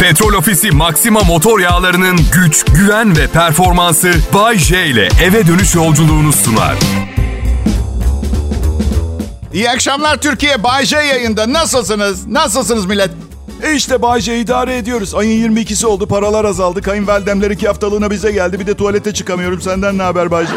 Petrol Ofisi Maxima motor yağlarının güç, güven ve performansı Bay J ile eve dönüş yolculuğunu sunar. İyi akşamlar Türkiye. Bay J yayında. Nasılsınız? Nasılsınız millet? İşte Bay J idare ediyoruz. Ayın 22'si oldu. Paralar azaldı. Kayınvalidemler 2 haftalığına bize geldi. Bir de tuvalete çıkamıyorum. Senden ne haber Bay J?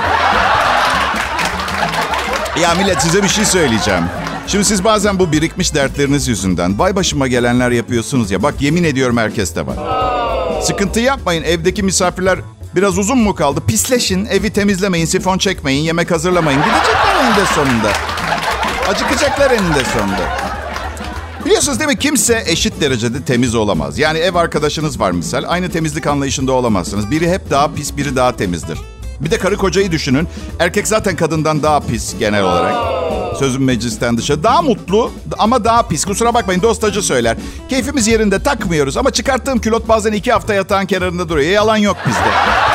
Ya millet, size bir şey söyleyeceğim. Şimdi siz bazen bu birikmiş dertleriniz yüzünden vay başıma gelenler yapıyorsunuz ya. Bak, yemin ediyorum herkeste var. Sıkıntı yapmayın. Evdeki misafirler biraz uzun mu kaldı? Pisleşin, evi temizlemeyin, sifon çekmeyin, yemek hazırlamayın. Gidecekler eninde sonunda. Acıkacaklar eninde sonunda. Biliyorsunuz değil mi? Kimse eşit derecede temiz olamaz. Yani ev arkadaşınız var misal. Aynı temizlik anlayışında olamazsınız. Biri hep daha pis, biri daha temizdir. Bir de karı kocayı düşünün. Erkek zaten kadından daha pis genel olarak. Sözüm meclisten dışarı. Daha mutlu ama daha pis. Kusura bakmayın, dostacı söyler. Keyfimiz yerinde, takmıyoruz. Ama çıkarttığım külot bazen 2 hafta yatağın kenarında duruyor. Yalan yok bizde.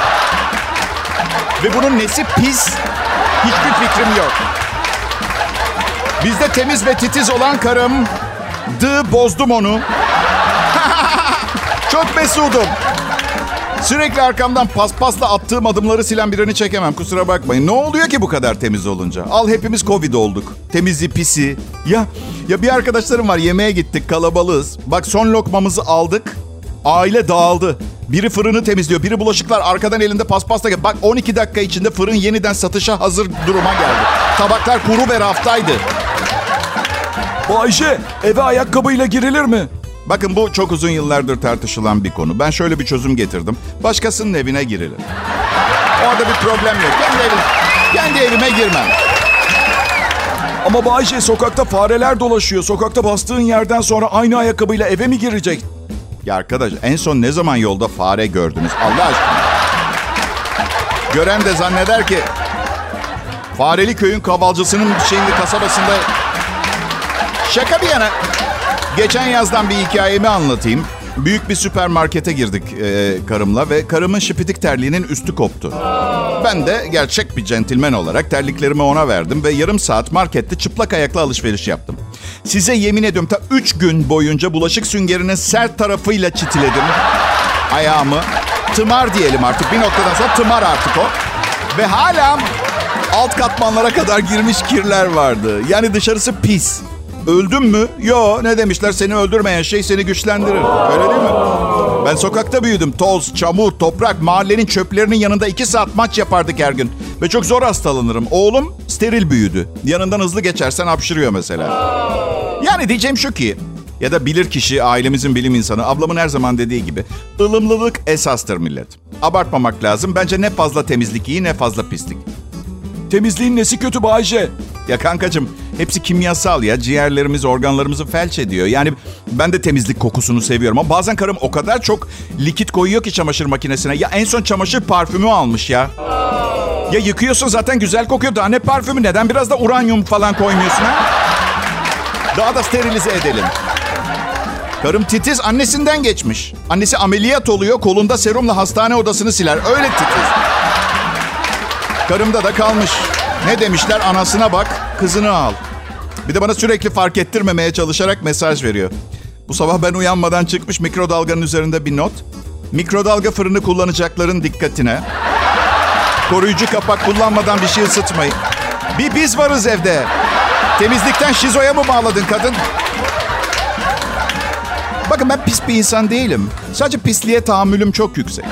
Ve bunun nesi pis? Hiçbir fikrim yok. Bizde temiz ve titiz olan karım. Bozdum onu. Çok mesudum. Sürekli arkamdan paspasla attığım adımları silen birini çekemem. Kusura bakmayın. Ne oluyor ki bu kadar temiz olunca? Al, hepimiz Covid olduk. Temizi, pisi. Ya bir arkadaşlarım var. Yemeğe gittik, kalabalığız. Bak, son lokmamızı aldık. Aile dağıldı. Biri fırını temizliyor. Biri bulaşıklar. Arkadan elinde paspasla gel. Bak, 12 dakika içinde fırın yeniden satışa hazır duruma geldi. Tabaklar kuru ve raftaydı. Bay J, eve ayakkabıyla girilir mi? Bakın, bu çok uzun yıllardır tartışılan bir konu. Ben şöyle bir çözüm getirdim. Başkasının evine girilir. Orada bir problem yok. Kendi evime girmem. Ama Bay J, sokakta fareler dolaşıyor. Sokakta bastığın yerden sonra aynı ayakkabıyla eve mi girecek? Ya arkadaş, en son ne zaman yolda fare gördünüz? Allah aşkına. Gören de zanneder ki Fareli köyün kavalcısının kasabasında... Şaka bir yana, geçen yazdan bir hikayemi anlatayım. Büyük bir süpermarkete girdik karımla ve karımın şipitik terliğinin üstü koptu. Ben de gerçek bir centilmen olarak terliklerimi ona verdim ve yarım saat markette çıplak ayakla alışveriş yaptım. Size yemin ediyorum, 3 gün boyunca bulaşık süngerinin sert tarafıyla çitiledim ayağımı. Tımar diyelim artık, bir noktadan sonra tımar artık o. Ve hala alt katmanlara kadar girmiş kirler vardı. Yani dışarısı pis. Öldüm mü? Yo, ne demişler? Seni öldürmeyen şey seni güçlendirir. Öyle değil mi? Ben sokakta büyüdüm. Toz, çamur, toprak, mahallenin çöplerinin yanında 2 saat maç yapardık her gün. Ve çok zor hastalanırım. Oğlum steril büyüdü. Yanından hızlı geçersen hapşırıyor mesela. Yani diyeceğim şu ki, ya da bilir kişi, ailemizin bilim insanı, ablamın her zaman dediği gibi, ılımlılık esastır millet. Abartmamak lazım. Bence ne fazla temizlik iyi, ne fazla pislik. Temizliğin nesi kötü Bay J? Ya kankacığım, hepsi kimyasal ya. Ciğerlerimiz, organlarımızı felç ediyor. Yani ben de temizlik kokusunu seviyorum. Ama bazen karım o kadar çok likit koyuyor ki çamaşır makinesine. Ya en son çamaşır parfümü almış ya. Ya yıkıyorsun zaten güzel kokuyor. Daha ne parfümü? Neden biraz da uranyum falan koymuyorsun ha? Daha da sterilize edelim. Karım titiz, annesinden geçmiş. Annesi ameliyat oluyor, kolunda serumla hastane odasını siler. Öyle titiz. Karımda da kalmış. Ne demişler? Anasına bak, kızını al. Bir de bana sürekli fark ettirmemeye çalışarak mesaj veriyor. Bu sabah ben uyanmadan çıkmış, mikrodalganın üzerinde bir not. Mikrodalga fırını kullanacakların dikkatine. Koruyucu kapak kullanmadan bir şey ısıtmayın. Biz varız evde. Temizlikten şizoya mı bağladın kadın? Bakın, ben pis bir insan değilim. Sadece pisliğe tahammülüm çok yüksek.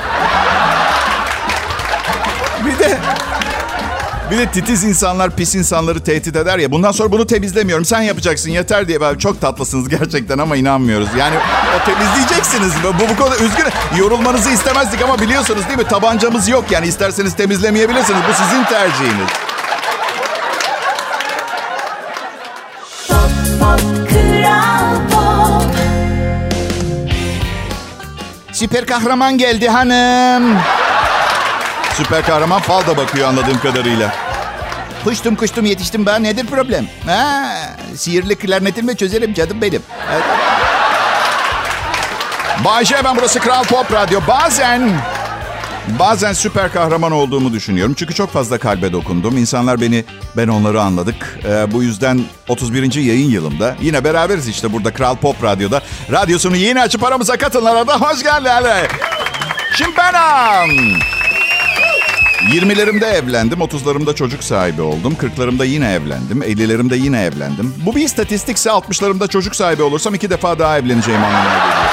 Bir de titiz insanlar pis insanları tehdit eder ya. Bundan sonra bunu temizlemiyorum, sen yapacaksın yeter diye. Ben, çok tatlısınız gerçekten ama inanmıyoruz. Yani o temizleyeceksiniz. Bu konuda üzgünüm. Yorulmanızı istemezdik ama biliyorsunuz değil mi? Tabancamız yok yani. İsterseniz temizlemeyebilirsiniz. Bu sizin tercihiniz. Süper kahraman geldi hanım. Süper kahraman falda bakıyor anladığım kadarıyla. Kuştum yetiştim ben. Nedir problem? Sihirli klarnetimle çözerim canım benim. Evet. Bay J, ben burası Kral Pop Radyo. Bazen süper kahraman olduğumu düşünüyorum. Çünkü çok fazla kalbe dokundum. İnsanlar ben onları anladık. Bu yüzden 31. yayın yılımda yine beraberiz işte burada Kral Pop Radyo'da. Radyosunu yeni açıp aramıza katılanlara da hoş geldin. Şimdi ben 20'lerimde evlendim, 30'larımda çocuk sahibi oldum, 40'larımda yine evlendim, 50'lerimde yine evlendim. Bu bir istatistikse 60'larımda çocuk sahibi olursam 2 defa daha evleneceğim anlamına geliyor.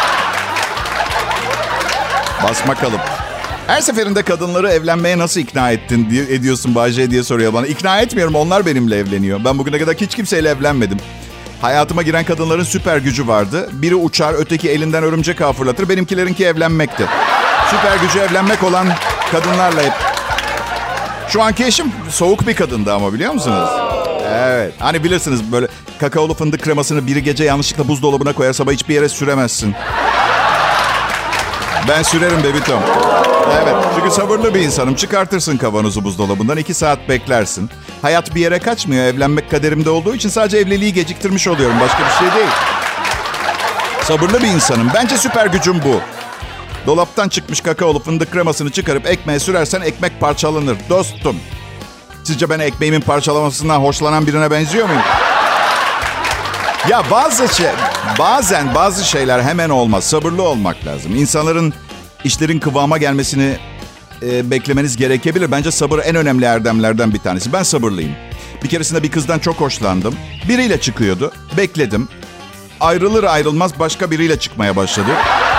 Basma kalıp. Her seferinde kadınları evlenmeye nasıl ikna ediyorsun Bahçe diye soruyor bana. İkna etmiyorum, onlar benimle evleniyor. Ben bugüne kadar hiç kimseyle evlenmedim. Hayatıma giren kadınların süper gücü vardı. Biri uçar, öteki elinden örümcek ağı fırlatır. Benimkilerinki evlenmekti. Süper gücü evlenmek olan kadınlarla hep. Şu anki eşim soğuk bir kadındı ama biliyor musunuz? Evet. Hani bilirsiniz böyle kakaolu fındık kremasını biri gece yanlışlıkla buzdolabına koyar, sabah hiçbir yere süremezsin. Ben sürerim bebitom. Evet, çünkü sabırlı bir insanım. Çıkartırsın kavanozu buzdolabından, 2 saat beklersin. Hayat bir yere kaçmıyor. Evlenmek kaderimde olduğu için sadece evliliği geciktirmiş oluyorum. Başka bir şey değil. Sabırlı bir insanım. Bence süper gücüm bu. Dolaptan çıkmış kakaolu fındık kremasını çıkarıp ekmeğe sürersen ekmek parçalanır. Dostum, sizce ben ekmeğimin parçalamasından hoşlanan birine benziyor muyum? Ya bazen bazı şeyler hemen olmaz. Sabırlı olmak lazım. İnsanların işlerin kıvama gelmesini beklemeniz gerekebilir. Bence sabır en önemli erdemlerden bir tanesi. Ben sabırlıyım. Bir keresinde bir kızdan çok hoşlandım. Biriyle çıkıyordu. Bekledim. Ayrılır ayrılmaz başka biriyle çıkmaya başladı.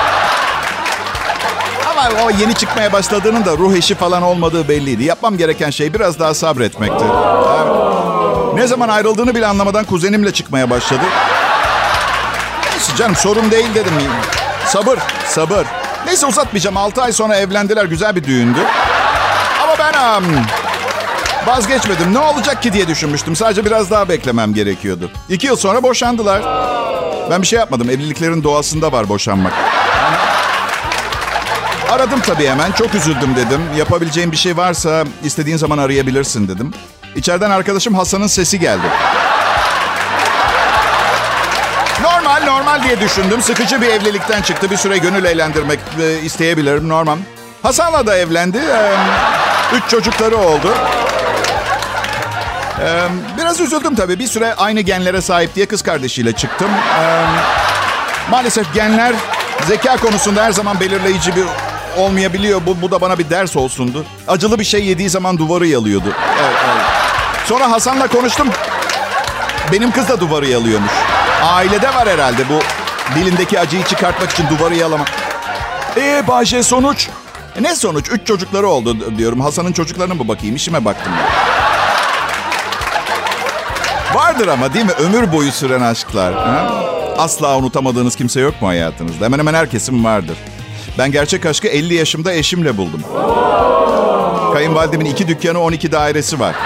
Ama o yeni çıkmaya başladığının da ruh eşi falan olmadığı belliydi. Yapmam gereken şey biraz daha sabretmekti. Ne zaman ayrıldığını bile anlamadan kuzenimle çıkmaya başladı. Neyse canım, sorun değil dedim. Sabır. Neyse uzatmayacağım. 6 ay sonra evlendiler. Güzel bir düğündü. Ama ben vazgeçmedim. Ne olacak ki diye düşünmüştüm. Sadece biraz daha beklemem gerekiyordu. 2 yıl sonra boşandılar. Ben bir şey yapmadım. Evliliklerin doğasında var boşanmak. Aradım tabii hemen. Çok üzüldüm dedim. Yapabileceğim bir şey varsa istediğin zaman arayabilirsin dedim. İçeriden arkadaşım Hasan'ın sesi geldi. Normal diye düşündüm. Sıkıcı bir evlilikten çıktı. Bir süre gönül eğlendirmek isteyebilirim. Normal. Hasan'la da evlendi. 3 çocukları oldu. Biraz üzüldüm tabii. Bir süre aynı genlere sahip diye kız kardeşiyle çıktım. Maalesef genler zeka konusunda her zaman belirleyici bir olmayabiliyor. Bu da bana bir ders olsundu. Acılı bir şey yediği zaman duvarı yalıyordu. Evet. Sonra Hasan'la konuştum. Benim kız da duvarı yalıyormuş. Ailede var herhalde bu dilindeki acıyı çıkartmak için duvarı yalama. Bahçe sonuç? Ne sonuç? 3 çocukları oldu diyorum. Hasan'ın çocuklarına mı bakayım? İşime baktım. Vardır ama değil mi? Ömür boyu süren aşklar. Ha? Asla unutamadığınız kimse yok mu hayatınızda? Hemen hemen herkesin vardır. Ben gerçek aşkı 50 yaşımda eşimle buldum. Kayınvalidemin 2 dükkanı, 12 dairesi var.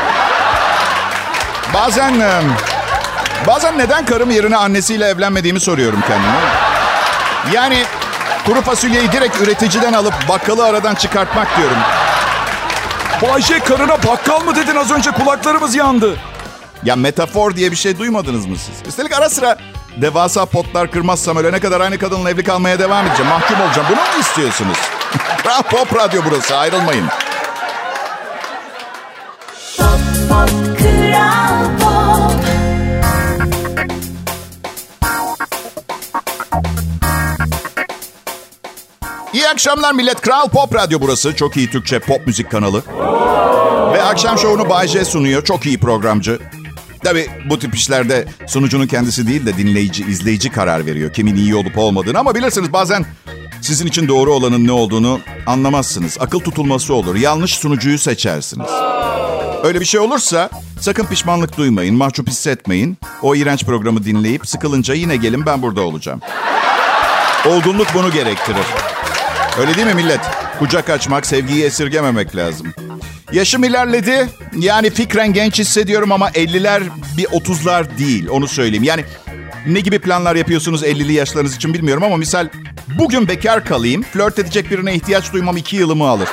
Bazen neden karım yerine annesiyle evlenmediğimi soruyorum kendime. Yani kuru fasulyeyi direkt üreticiden alıp bakkalı aradan çıkartmak diyorum. Bahçe, karına bakkal mı dedin az önce, kulaklarımız yandı. Ya metafor diye bir şey duymadınız mı siz? Üstelik ara sıra devasa potlar kırmazsam ölene kadar aynı kadınla evli kalmaya devam edeceğim. Mahkum olacağım. Bunu mu istiyorsunuz? Kral Pop Radyo burası. Ayrılmayın. Pop, pop, Kral Pop. İyi akşamlar millet. Kral Pop Radyo burası. Çok iyi Türkçe pop müzik kanalı. Ve akşam şovunu Bay J sunuyor. Çok iyi programcı. Tabii bu tip işlerde sunucunun kendisi değil de dinleyici, izleyici karar veriyor. Kimin iyi olup olmadığını. Ama bilirsiniz bazen sizin için doğru olanın ne olduğunu anlamazsınız. Akıl tutulması olur. Yanlış sunucuyu seçersiniz. Öyle bir şey olursa sakın pişmanlık duymayın. Mahcup hissetmeyin. O iğrenç programı dinleyip sıkılınca yine gelin, ben burada olacağım. Olgunluk bunu gerektirir. Öyle değil mi millet? Kucak açmak, sevgiyi esirgememek lazım. Yaşım ilerledi. Yani fikren genç hissediyorum ama 50'ler bir 30'lar değil. Onu söyleyeyim. Yani ne gibi planlar yapıyorsunuz 50'li yaşlarınız için bilmiyorum ama misal bugün bekar kalayım, flört edecek birine ihtiyaç duymam 2 yılımı alır.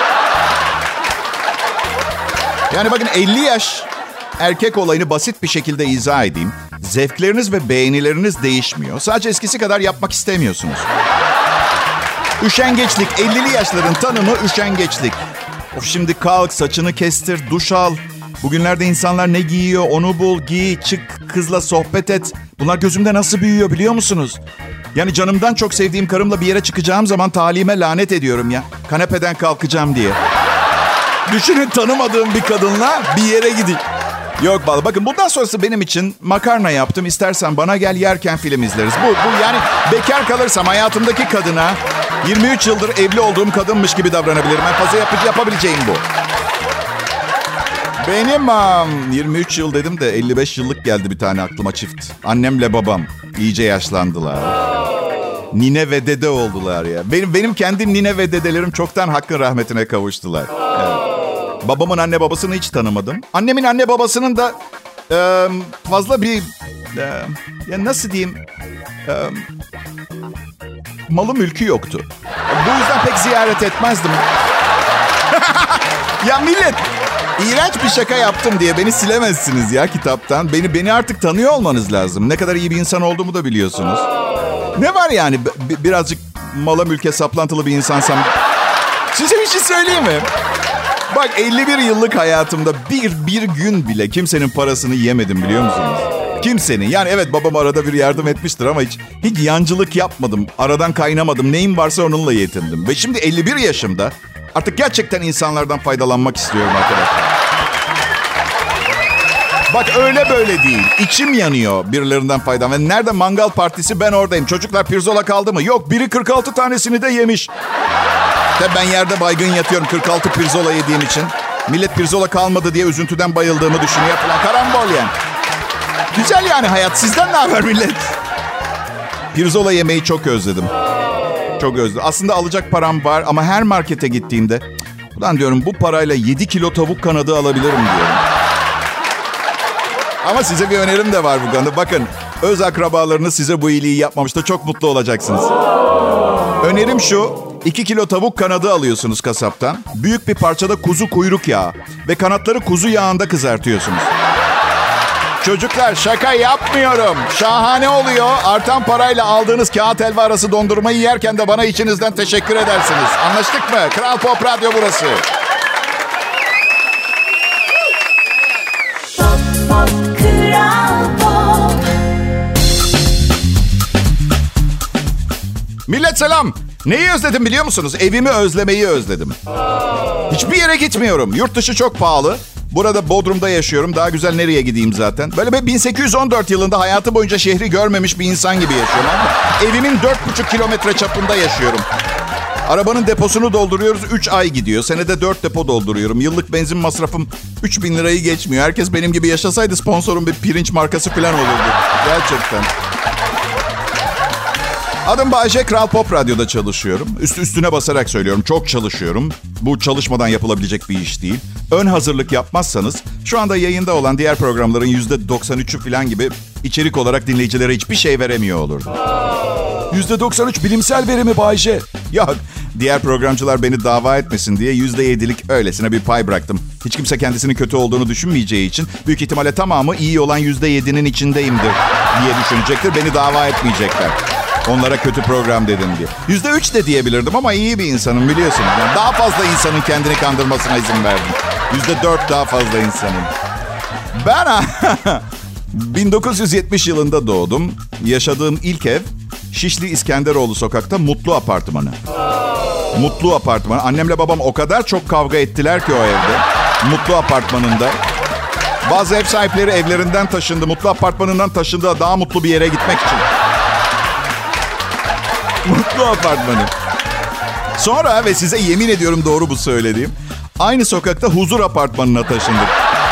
Yani bakın 50 yaş erkek olayını basit bir şekilde izah edeyim. Zevkleriniz ve beğenileriniz değişmiyor. Sadece eskisi kadar yapmak istemiyorsunuz. Üşengeçlik. 50'li yaşların tanımı üşengeçlik. Of, şimdi kalk, saçını kestir, duş al. Bugünlerde insanlar ne giyiyor onu bul, giy, çık, kızla sohbet et. Bunlar gözümde nasıl büyüyor biliyor musunuz? Yani canımdan çok sevdiğim karımla bir yere çıkacağım zaman talime lanet ediyorum ya. Kanepeden kalkacağım diye. Düşünün, tanımadığım bir kadınla bir yere gideyim. Yok vallahi, bakın bundan sonrası benim için makarna yaptım. İstersen bana gel, yerken film izleriz. Bu yani bekar kalırsam hayatımdaki kadına 23 yıldır evli olduğum kadınmış gibi davranabilirim. En fazla yapabileceğim bu. Benim 23 yıl dedim de 55 yıllık geldi bir tane aklıma çift. Annemle babam iyice yaşlandılar. Nine ve dede oldular ya. Benim kendi nine ve dedelerim çoktan hakkın rahmetine kavuştular. Evet. Babamın anne babasını hiç tanımadım. Annemin anne babasının da fazla bir ya nasıl diyeyim, malı mülkü yoktu. Bu yüzden pek ziyaret etmezdim. Ya millet, iğrenç bir şaka yaptım diye beni silemezsiniz ya kitaptan. Beni artık tanıyor olmanız lazım. Ne kadar iyi bir insan olduğumu da biliyorsunuz. Ne var yani birazcık mala mülke saplantılı bir insansam. Size bir şey söyleyeyim mi? Bak, 51 yıllık hayatımda bir gün bile kimsenin parasını yemedim, biliyor musunuz? Kimsenin. Yani evet, babam arada bir yardım etmiştir ama hiç yancılık yapmadım. Aradan kaynamadım. Neyim varsa onunla yetindim. Ve şimdi 51 yaşımda artık gerçekten insanlardan faydalanmak istiyorum arkadaşlar. Bak, öyle böyle değil. İçim yanıyor birilerinden faydalan. Ve nerede mangal partisi, ben oradayım. Çocuklar pirzola kaldı mı? Yok, biri 46 tanesini de yemiş. Ben yerde baygın yatıyorum 46 pirzola yediğim için. Millet pirzola kalmadı diye üzüntüden bayıldığımı düşünüyor falan. Karambol yani. Güzel yani hayat. Sizden ne haber millet? Pirzola yemeyi çok özledim. Çok özledim. Aslında alacak param var ama her markete gittiğimde ulan diyorum, bu parayla 7 kilo tavuk kanadı alabilirim diyorum. Ama size bir önerim de var bu konuda. Bakın, öz akrabalarınız size bu iyiliği yapmamıştı. Çok mutlu olacaksınız. Önerim şu: 2 kilo tavuk kanadı alıyorsunuz kasaptan. Büyük bir parçada kuzu kuyruk yağı ve kanatları kuzu yağında kızartıyorsunuz. Çocuklar, şaka yapmıyorum. Şahane oluyor. Artan parayla aldığınız kağıt helva arası dondurmayı yerken de bana içinizden teşekkür edersiniz. Anlaştık mı? Kral Pop Radyo burası. Pop, pop, Kral Pop. Millet selam. Neyi özledim biliyor musunuz? Evimi özlemeyi özledim. Hiçbir yere gitmiyorum. Yurt dışı çok pahalı. Burada Bodrum'da yaşıyorum. Daha güzel nereye gideyim zaten. Böyle 1814 yılında hayatı boyunca şehri görmemiş bir insan gibi yaşıyorum. Ama evimin 4,5 kilometre çapında yaşıyorum. Arabanın deposunu dolduruyoruz. 3 ay gidiyor. Senede 4 depo dolduruyorum. Yıllık benzin masrafım 3.000 lirayı geçmiyor. Herkes benim gibi yaşasaydı sponsorum bir pirinç markası falan olurdu. Gerçekten. Adım Bayce, Kral Pop Radyo'da çalışıyorum. Üstüne basarak söylüyorum, çok çalışıyorum. Bu çalışmadan yapılabilecek bir iş değil. Ön hazırlık yapmazsanız şu anda yayında olan diğer programların %93'ü falan gibi içerik olarak dinleyicilere hiçbir şey veremiyor olurdu. %93 bilimsel veri mi Bayce? Yok, diğer programcılar beni dava etmesin diye %7'lik öylesine bir pay bıraktım. Hiç kimse kendisinin kötü olduğunu düşünmeyeceği için büyük ihtimalle tamamı iyi olan %7'nin içindeyimdir diye düşünecektir. Beni dava etmeyecekler. Onlara kötü program dedim diye. %3 de diyebilirdim ama iyi bir insanım, biliyorsunuz. Yani daha fazla insanın kendini kandırmasına izin verdim. %4 daha fazla insanın. Ben 1970 yılında doğdum. Yaşadığım ilk ev Şişli İskenderoğlu sokakta Mutlu Apartmanı. Mutlu Apartmanı. Annemle babam o kadar çok kavga ettiler ki o evde. Mutlu Apartmanı'nda. Bazı ev sahipleri evlerinden taşındı. Mutlu Apartmanı'ndan taşındı daha mutlu bir yere gitmek için. Mutlu Apartmanı. Sonra ve size yemin ediyorum doğru bu söylediğim, aynı sokakta Huzur Apartmanı'na taşındık.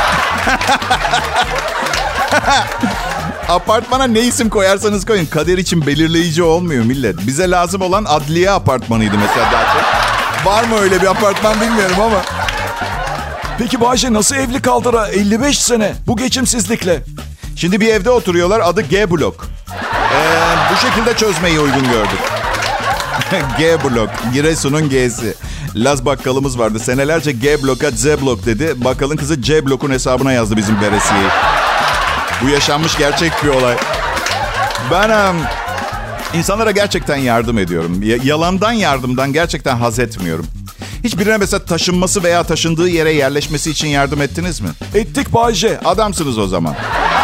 Apartmana ne isim koyarsanız koyun, kader için belirleyici olmuyor millet. Bize lazım olan Adliye Apartmanı'ydı mesela daha çok. Var mı öyle bir apartman bilmiyorum ama. Peki Bayce, nasıl evli kaldıra 55 sene bu geçimsizlikle? Şimdi bir evde oturuyorlar, adı G Blok. Bu şekilde çözmeyi uygun gördük. G Blok, Giresun'un G'si. Laz bakkalımız vardı. Senelerce G Blok'a Z Blok dedi. Bakkalın kızı C Blok'un hesabına yazdı bizim veresiyeyi. Bu yaşanmış gerçek bir olay. Ben İnsanlara gerçekten yardım ediyorum. Yalandan yardımdan gerçekten haz etmiyorum. Hiç birine mesela taşınması veya taşındığı yere yerleşmesi için yardım ettiniz mi? Ettik Bay J. Adamsınız o zaman.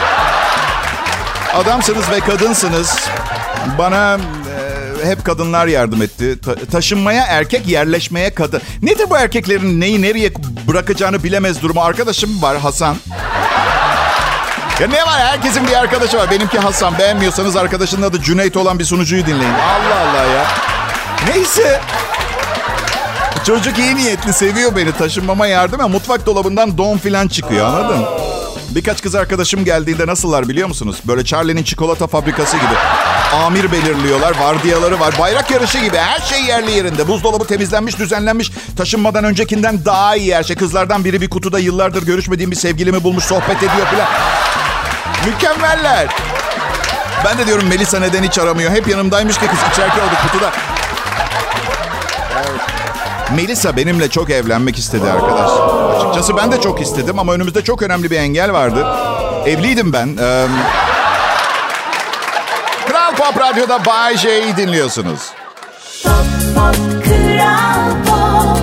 Adamsınız ve kadınsınız. Bana hep kadınlar yardım etti. Taşınmaya erkek, yerleşmeye kadın. Nedir bu erkeklerin neyi nereye bırakacağını bilemez durumu? Arkadaşım var, Hasan. Ya ne var? Herkesin bir arkadaşı var. Benimki Hasan. Beğenmiyorsanız arkadaşının adı Cüneyt olan bir sunucuyu dinleyin. Allah Allah ya. Neyse. Çocuk iyi niyetli, seviyor beni. Taşınmama yardım ya. Mutfak dolabından don filan çıkıyor, anladın? Birkaç kız arkadaşım geldiğinde nasıllar biliyor musunuz? Böyle Charlie'nin çikolata fabrikası gibi. Amir belirliyorlar, vardiyaları var. Bayrak yarışı gibi, her şey yerli yerinde. Buzdolabı temizlenmiş, düzenlenmiş. Taşınmadan öncekinden daha iyi her şey. Kızlardan biri bir kutuda yıllardır görüşmediğim bir sevgilimi bulmuş, sohbet ediyor falan. Mükemmeller. Ben de diyorum Melisa neden hiç aramıyor? Hep yanımdaymış ki kız, içerken oldu kutuda. Evet. Melisa benimle çok evlenmek istedi arkadaş. Açıkçası ben de çok istedim ama önümüzde çok önemli bir engel vardı. Evliydim ben. Kral Pop Radyo'da Bay J'yi dinliyorsunuz. Pop, pop, Kral Pop.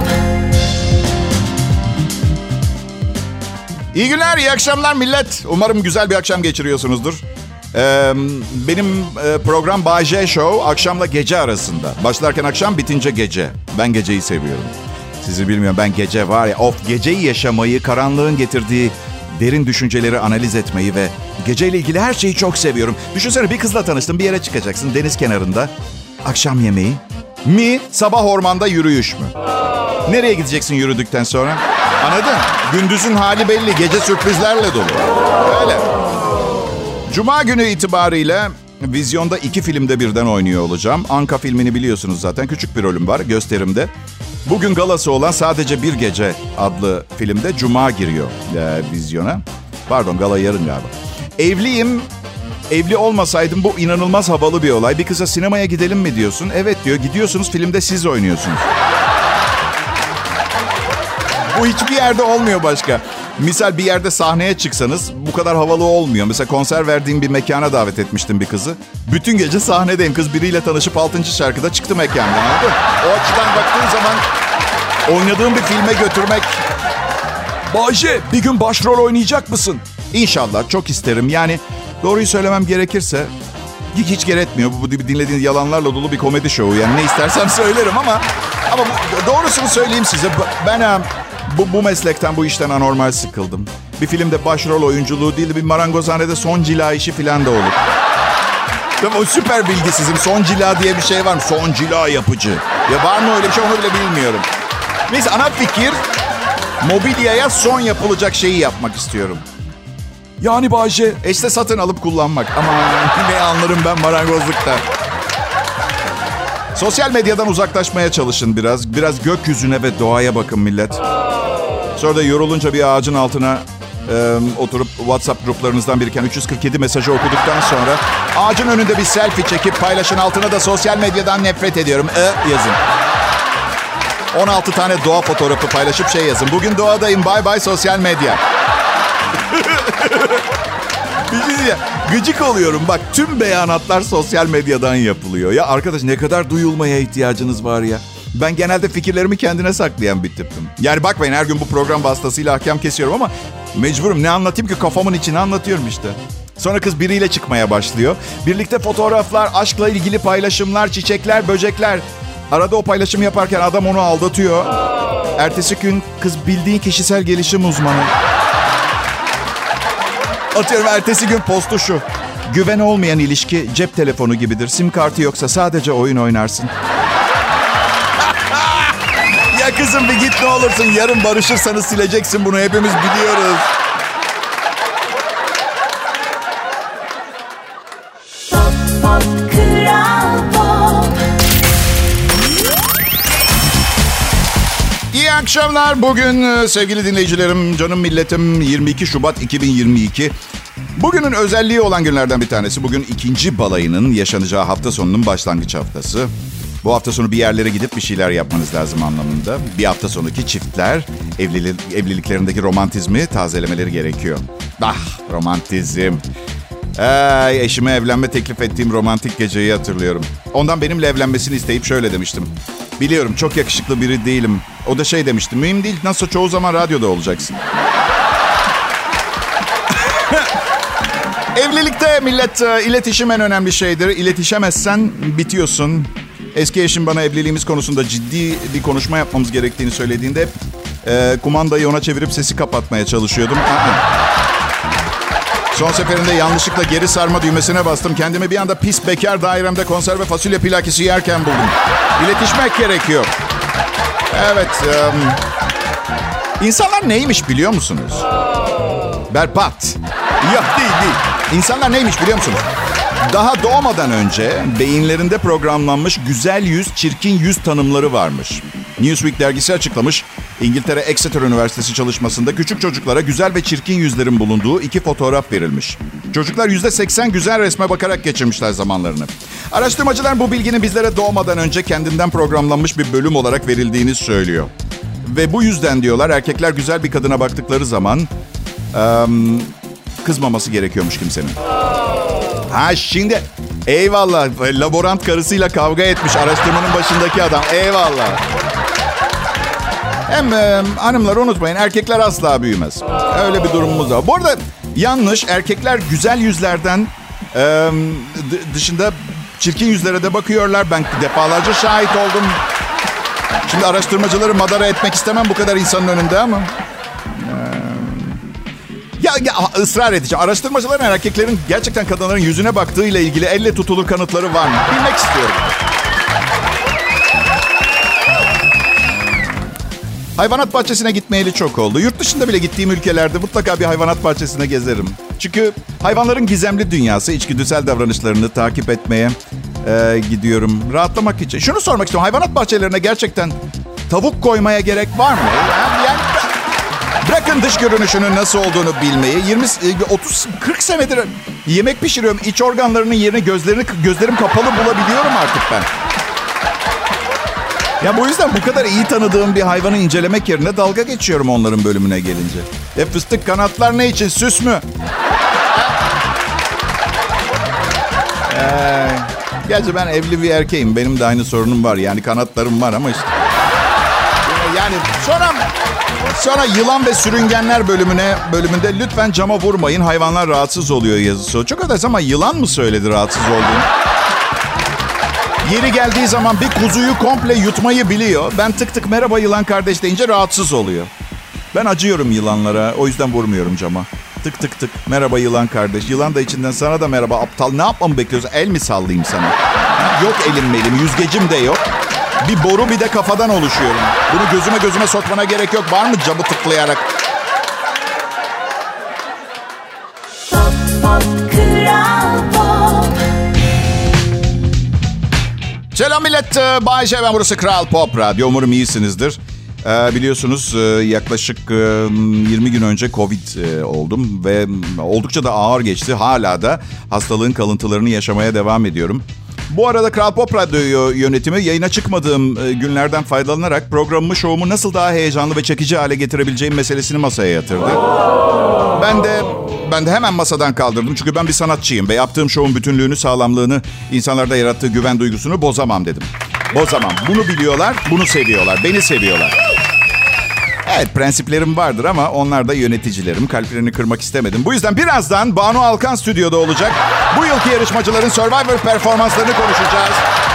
İyi günler, iyi akşamlar millet. Umarım güzel bir akşam geçiriyorsunuzdur. Benim program Bay J Show akşamla gece arasında. Başlarken akşam, bitince gece. Ben geceyi seviyorum. Sizi bilmiyorum, ben gece var ya, geceyi yaşamayı, karanlığın getirdiği derin düşünceleri analiz etmeyi ve geceyle ilgili her şeyi çok seviyorum. Düşünsene, bir kızla tanıştın, bir yere çıkacaksın deniz kenarında. Akşam yemeği mi, sabah ormanda yürüyüş mü? Nereye gideceksin yürüdükten sonra? Anladın? Gündüzün hali belli, gece sürprizlerle dolu. Öyle. Cuma günü itibariyle vizyonda 2 filmde birden oynuyor olacağım. Anka filmini biliyorsunuz zaten. Küçük bir rolüm var gösterimde. Bugün galası olan Sadece Bir Gece adlı filmde Cuma giriyor vizyona. Pardon, gala yarın galiba. Evliyim. Evli olmasaydım bu inanılmaz havalı bir olay. Bir kıza sinemaya gidelim mi diyorsun? Evet diyor. Gidiyorsunuz, filmde siz oynuyorsunuz. Bu hiçbir yerde olmuyor başka. Misal bir yerde sahneye çıksanız bu kadar havalı olmuyor. Mesela konser verdiğim bir mekana davet etmiştim bir kızı. Bütün gece sahnedeyim. Kız biriyle tanışıp 6. şarkıda çıktı mekandan. Anladın? O açıdan baktığın zaman oynadığım bir filme götürmek... Bay J, bir gün başrol oynayacak mısın? İnşallah, çok isterim. Yani doğruyu söylemem gerekirse hiç gerekmiyor. Bu dinlediğiniz yalanlarla dolu bir komedi şovu. Yani ne istersem söylerim ama doğrusunu söyleyeyim size. Ben bu meslekten, bu işten anormal sıkıldım. Bir filmde başrol oyunculuğu değil de bir marangozhanede son cila işi falan da olur. Tabii o süper bilgisizim. Son cila diye bir şey var mı? Son cila yapıcı. Ya var mı öyle bir şey, onu bile bilmiyorum. Neyse, ana fikir mobilyaya son yapılacak şeyi yapmak istiyorum. Yani Bay J, İşte satın alıp kullanmak. Aman ne anlarım ben marangozlukta. Sosyal medyadan uzaklaşmaya çalışın biraz. Biraz gökyüzüne ve doğaya bakın millet. Sonra da yorulunca bir ağacın altına oturup WhatsApp gruplarınızdan biriken 347 mesajı okuduktan sonra ağacın önünde bir selfie çekip paylaşın, altına da sosyal medyadan nefret ediyorum yazın. 16 tane doğa fotoğrafı paylaşıp yazın. Bugün doğadayım, bye bye sosyal medya. Bir şey ya, gıcık oluyorum. Bak, tüm beyanatlar sosyal medyadan yapılıyor. Ya arkadaş, ne kadar duyulmaya ihtiyacınız var ya. Ben genelde fikirlerimi kendine saklayan bir tipim. Yani bakmayın, her gün bu program vasıtasıyla ahkam kesiyorum ama mecburum. Ne anlatayım ki, kafamın içine anlatıyorum işte. Sonra kız biriyle çıkmaya başlıyor. Birlikte fotoğraflar, aşkla ilgili paylaşımlar, çiçekler, böcekler. Arada o paylaşım yaparken adam onu aldatıyor. Ertesi gün kız bildiğin kişisel gelişim uzmanı. Atıyorum, ertesi gün postu şu: güven olmayan ilişki cep telefonu gibidir. Sim kartı yoksa sadece oyun oynarsın. Ya kızım, bir git ne olursun. Yarın barışırsanız sileceksin bunu. Hepimiz biliyoruz. Pop, pop, Kral Pop. İyi akşamlar. Bugün sevgili dinleyicilerim, canım milletim, 22 Şubat 2022. Bugünün özelliği olan günlerden bir tanesi. Bugün 2. balayının yaşanacağı hafta sonunun başlangıç haftası. Bu hafta sonu bir yerlere gidip bir şeyler yapmanız lazım anlamında. Bir hafta sonraki çiftler evliliklerindeki romantizmi tazelemeleri gerekiyor. Ah, romantizm. Eşime evlenme teklif ettiğim romantik geceyi hatırlıyorum. Ondan benimle evlenmesini isteyip şöyle demiştim. Biliyorum çok yakışıklı biri değilim. O da şey demişti. Mühim değil, nasıl çoğu zaman radyoda olacaksın. Evlilikte millet, iletişim en önemli şeydir. İletişemezsen bitiyorsun. Eski eşim bana evliliğimiz konusunda ciddi bir konuşma yapmamız gerektiğini söylediğinde kumandayı ona çevirip sesi kapatmaya çalışıyordum. Son seferinde yanlışlıkla geri sarma düğmesine bastım. Kendimi bir anda pis bekar dairemde konserve fasulye pilakisi yerken buldum. İletişmek gerekiyor. Evet. İnsanlar neymiş biliyor musunuz? Berbat. Yok değil. İnsanlar neymiş biliyor musunuz? Daha doğmadan önce beyinlerinde programlanmış güzel yüz, çirkin yüz tanımları varmış. Newsweek dergisi açıklamış. İngiltere Exeter Üniversitesi çalışmasında küçük çocuklara güzel ve çirkin yüzlerin bulunduğu 2 fotoğraf verilmiş. Çocuklar %80 güzel resme bakarak geçirmişler zamanlarını. Araştırmacılar bu bilginin bizlere doğmadan önce kendinden programlanmış bir bölüm olarak verildiğini söylüyor. Ve bu yüzden diyorlar erkekler güzel bir kadına baktıkları zaman kızmaması gerekiyormuş kimsenin. Şimdi eyvallah, laborant karısıyla kavga etmiş araştırmanın başındaki adam, eyvallah. Hem hanımlar unutmayın, erkekler asla büyümez. Öyle bir durumumuz var. Bu arada yanlış, erkekler güzel yüzlerden dışında çirkin yüzlere de bakıyorlar. Ben defalarca şahit oldum. Şimdi araştırmacıları madara etmek istemem bu kadar insanın önünde ama... Ya ısrar edeceğim. Araştırmacıların erkeklerin gerçekten kadınların yüzüne baktığıyla ilgili elle tutulur kanıtları var mı? Bilmek istiyorum. Hayvanat bahçesine gitmeyeli çok oldu. Yurt dışında bile gittiğim ülkelerde mutlaka bir hayvanat bahçesine gezerim. Çünkü hayvanların gizemli dünyası, içgüdüsel davranışlarını takip etmeye gidiyorum. Rahatlamak için. Şunu sormak istiyorum. Hayvanat bahçelerine gerçekten tavuk koymaya gerek var mı? Yani bırakın dış görünüşünün nasıl olduğunu bilmeyi. 30-40 senedir yemek pişiriyorum. İç organlarının yerini gözlerim kapalı bulabiliyorum artık ben. Ya bu yüzden bu kadar iyi tanıdığım bir hayvanı incelemek yerine dalga geçiyorum onların bölümüne gelince. Fıstık kanatlar ne için? Süs mü? Gerçi ben evli bir erkeğim. Benim de aynı sorunum var. Yani kanatlarım var ama işte. Yani sonra yılan ve sürüngenler bölümünde lütfen cama vurmayın. Hayvanlar rahatsız oluyor yazısı. Çok ödez ama yılan mı söyledi rahatsız olduğunu? Yeri geldiği zaman bir kuzuyu komple yutmayı biliyor. Ben tık tık merhaba yılan kardeş deyince rahatsız oluyor. Ben acıyorum yılanlara. O yüzden vurmuyorum cama. Tık tık tık. Merhaba yılan kardeş. Yılan da içinden sana da merhaba aptal. Ne yapmamı bekliyorsun? El mi sallayayım sana? Yok elim. Yüzgecim de yok. Bir boru bir de kafadan oluşuyorum. Bunu gözüme sokmana gerek yok. Var mı camı tıklayarak? Selam millet. Bay J, ben burası Kral Pop Radyo. Umarım iyisinizdir. Biliyorsunuz yaklaşık 20 gün önce Covid oldum ve oldukça da ağır geçti. Hala da hastalığın kalıntılarını yaşamaya devam ediyorum. Bu arada Kral Pop Radyo yönetimi yayına çıkmadığım günlerden faydalanarak programımı, şovumu nasıl daha heyecanlı ve çekici hale getirebileceğim meselesini masaya yatırdı. Ben de hemen masadan kaldırdım. Çünkü ben bir sanatçıyım ve yaptığım şovun bütünlüğünü, sağlamlığını, insanlarda yarattığı güven duygusunu bozamam dedim. Bozamam. Bunu biliyorlar, bunu seviyorlar, beni seviyorlar. Evet, prensiplerim vardır ama onlar da yöneticilerim. Kalplerini kırmak istemedim. Bu yüzden birazdan Banu Alkan stüdyoda olacak. Bu yılki yarışmacıların Survivor performanslarını konuşacağız.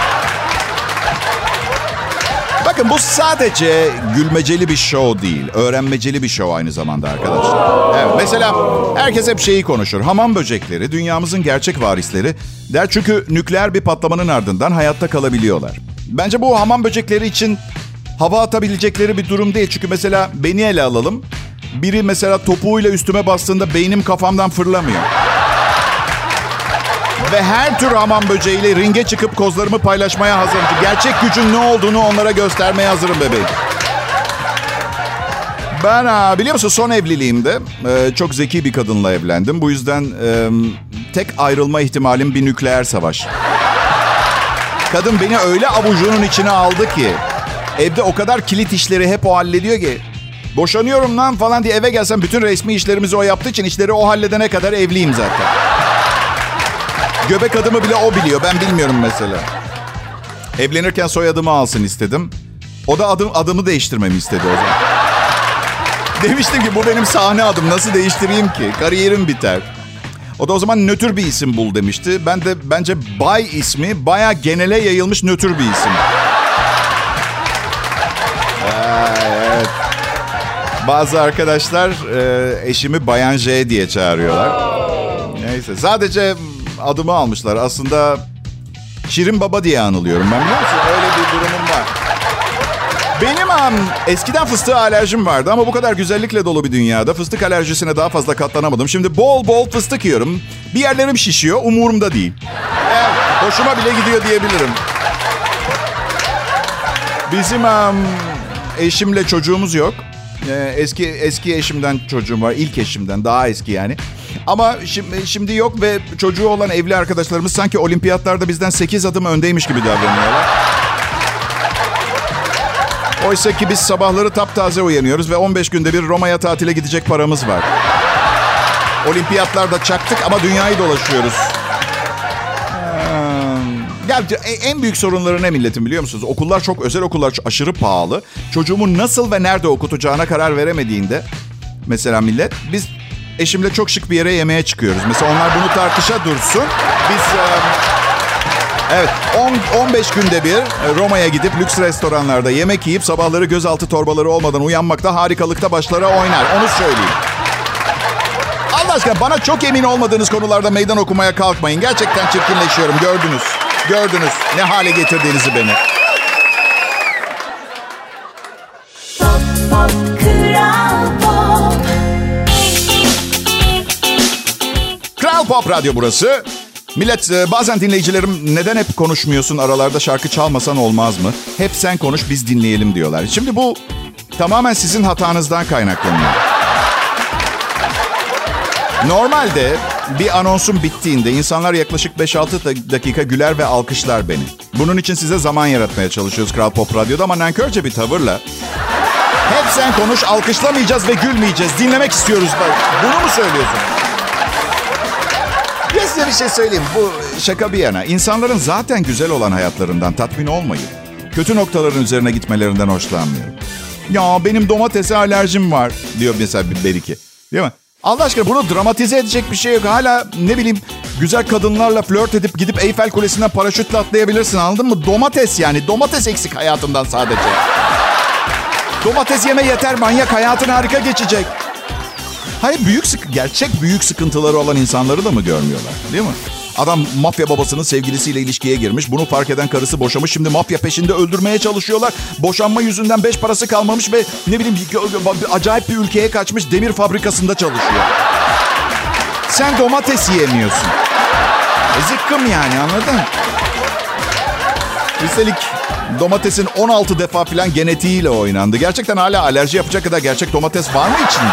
Bakın, bu sadece gülmeceli bir show değil. Öğrenmeceli bir show aynı zamanda arkadaşlar. Evet, mesela herkes hep şeyi konuşur. Hamam böcekleri dünyamızın gerçek varisleri der, çünkü nükleer bir patlamanın ardından hayatta kalabiliyorlar. Bence bu hamam böcekleri için hava atabilecekleri bir durum değil. Çünkü mesela beni ele alalım. Biri mesela topuğuyla üstüme bastığında beynim kafamdan fırlamıyor. Ve her tür hamam böceğiyle ringe çıkıp kozlarımı paylaşmaya hazırım. Gerçek gücün ne olduğunu onlara göstermeye hazırım bebeğim. Ben biliyor musun, son evliliğimde çok zeki bir kadınla evlendim. Bu yüzden tek ayrılma ihtimalim bir nükleer savaş. Kadın beni öyle avucunun içine aldı ki, evde o kadar kilit işleri hep o hallediyor ki, boşanıyorum lan falan diye eve gelsem bütün resmi işlerimizi o yaptığı için işleri o halledene kadar evliyim zaten. Göbek adımı bile o biliyor. Ben bilmiyorum mesela. Evlenirken soyadımı alsın istedim. O da adımı değiştirmemi istedi o zaman. Demiştim ki bu benim sahne adım. Nasıl değiştireyim ki? Kariyerim biter. O da o zaman nötr bir isim bul demişti. Ben de bence Bay ismi bayağı genele yayılmış nötr bir isim. Evet. Bazı arkadaşlar eşimi Bayan J diye çağırıyorlar. Neyse. Sadece adımı almışlar. Aslında Şirin Baba diye anılıyorum ben, biliyor musun? Öyle bir durumum var. Benim eskiden fıstığa alerjim vardı ama bu kadar güzellikle dolu bir dünyada fıstık alerjisine daha fazla katlanamadım. Şimdi bol bol fıstık yiyorum. Bir yerlerim şişiyor, umurumda değil. Evet, hoşuma bile gidiyor diyebilirim. Bizim eşimle çocuğumuz yok. Eski eşimden çocuğum var. İlk eşimden, daha eski yani. Ama şimdi yok ve çocuğu olan evli arkadaşlarımız sanki olimpiyatlarda bizden 8 adım öndeymiş gibi davranıyorlar. Oysa ki biz sabahları taptaze uyanıyoruz ve 15 günde bir Roma'ya tatile gidecek paramız var. Olimpiyatlarda çaktık ama dünyayı dolaşıyoruz. Ya en büyük sorunları ne milletin, biliyor musunuz? Okullar çok, özel okullar aşırı pahalı. Çocuğumu nasıl ve nerede okutacağına karar veremediğinde mesela millet, biz eşimle çok şık bir yere yemeğe çıkıyoruz. Mesela onlar bunu tartışa dursun. Biz evet 15 günde bir Roma'ya gidip lüks restoranlarda yemek yiyip sabahları gözaltı torbaları olmadan uyanmakta harikalıkta başlara oynar. Onu söyleyeyim. Allah aşkına bana çok emin olmadığınız konularda meydan okumaya kalkmayın. Gerçekten çirkinleşiyorum. Gördünüz ne hale getirdiğinizi beni. Kral Pop Radyo burası. Millet, bazen dinleyicilerim neden hep konuşmuyorsun, aralarda şarkı çalmasan olmaz mı? Hep sen konuş biz dinleyelim diyorlar. Şimdi bu tamamen sizin hatanızdan kaynaklanıyor. Normalde bir anonsun bittiğinde insanlar yaklaşık 5-6 dakika güler ve alkışlar beni. Bunun için size zaman yaratmaya çalışıyoruz Kral Pop Radyo'da ama nankörce bir tavırla hep sen konuş, alkışlamayacağız ve gülmeyeceğiz. Dinlemek istiyoruz. Bunu mu söylüyorsun? Ya size bir şey söyleyeyim. Bu şaka bir yana. İnsanların zaten güzel olan hayatlarından tatmin olmayın. Kötü noktaların üzerine gitmelerinden hoşlanmıyorum. Ya benim domatese alerjim var diyor mesela bir iki. Değil mi? Allah aşkına bunu dramatize edecek bir şey yok. Hala ne bileyim güzel kadınlarla flört edip gidip Eyfel Kulesi'nden paraşütle atlayabilirsin, anladın mı? Domates yani. Domates eksik hayatından sadece. Domates yeme yeter, manyak, hayatın harika geçecek. Hayır, gerçek büyük sıkıntıları olan insanları da mı görmüyorlar? Değil mi? Adam mafya babasının sevgilisiyle ilişkiye girmiş. Bunu fark eden karısı boşamış. Şimdi mafya peşinde öldürmeye çalışıyorlar. Boşanma yüzünden 5 parası kalmamış ve ne bileyim acayip bir ülkeye kaçmış, demir fabrikasında çalışıyor. Sen domates yiyemiyorsun. Zıkkım yani, anladın? Üstelik domatesin 16 defa falan genetiğiyle oynandı. Gerçekten hala alerji yapacak kadar gerçek domates var mı içinde?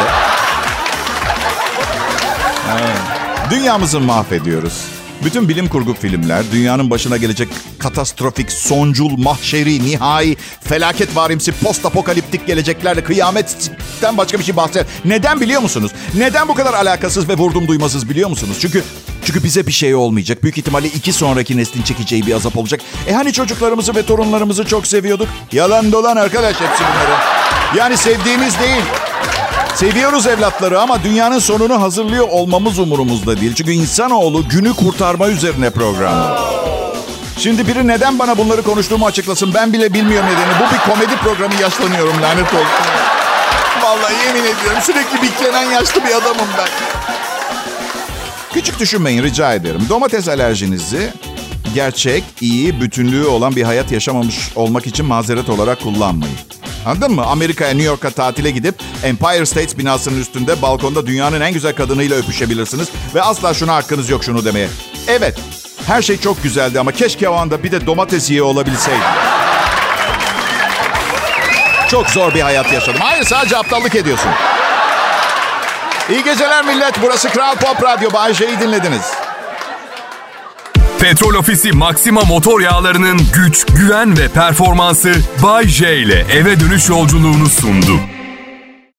Evet. Dünyamızı mahvediyoruz. Bütün bilim kurgu filmler dünyanın başına gelecek katastrofik, soncul, mahşeri, nihai, felaketvarimsi, post apokaliptik geleceklerle kıyametten başka bir şey bahseder. Neden biliyor musunuz? Neden bu kadar alakasız ve vurdum duymazız biliyor musunuz? Çünkü bize bir şey olmayacak. Büyük ihtimalle 2 sonraki neslin çekeceği bir azap olacak. Hani çocuklarımızı ve torunlarımızı çok seviyorduk? Yalan dolan arkadaş hepsi bunları. Yani sevdiğimiz değil. Seviyoruz evlatları ama dünyanın sonunu hazırlıyor olmamız umurumuzda değil. Çünkü insanoğlu günü kurtarma üzerine programlı. Şimdi biri neden bana bunları konuştuğumu açıklasın. Ben bile bilmiyorum nedeni. Bu bir komedi programı, yaşlanıyorum, lanet olsun. Vallahi yemin ediyorum sürekli biklenen yaşlı bir adamım ben. Küçük düşünmeyin rica ederim. Domates alerjinizi gerçek, iyi, bütünlüğü olan bir hayat yaşamamış olmak için mazeret olarak kullanmayın. Anladın mı? Amerika'ya, New York'a tatile gidip Empire State binasının üstünde balkonda dünyanın en güzel kadınıyla öpüşebilirsiniz. Ve asla şuna hakkınız yok şunu demeye. Evet, her şey çok güzeldi ama keşke o anda bir de domates yiyor olabilseydim. Çok zor bir hayat yaşadım. Hayır, sadece aptallık ediyorsun. İyi geceler millet. Burası Kral Pop Radyo. Bay J'yi dinlediniz. Petrol Ofisi Maxima motor yağlarının güç, güven ve performansı Bay J ile eve dönüş yolculuğunu sundu.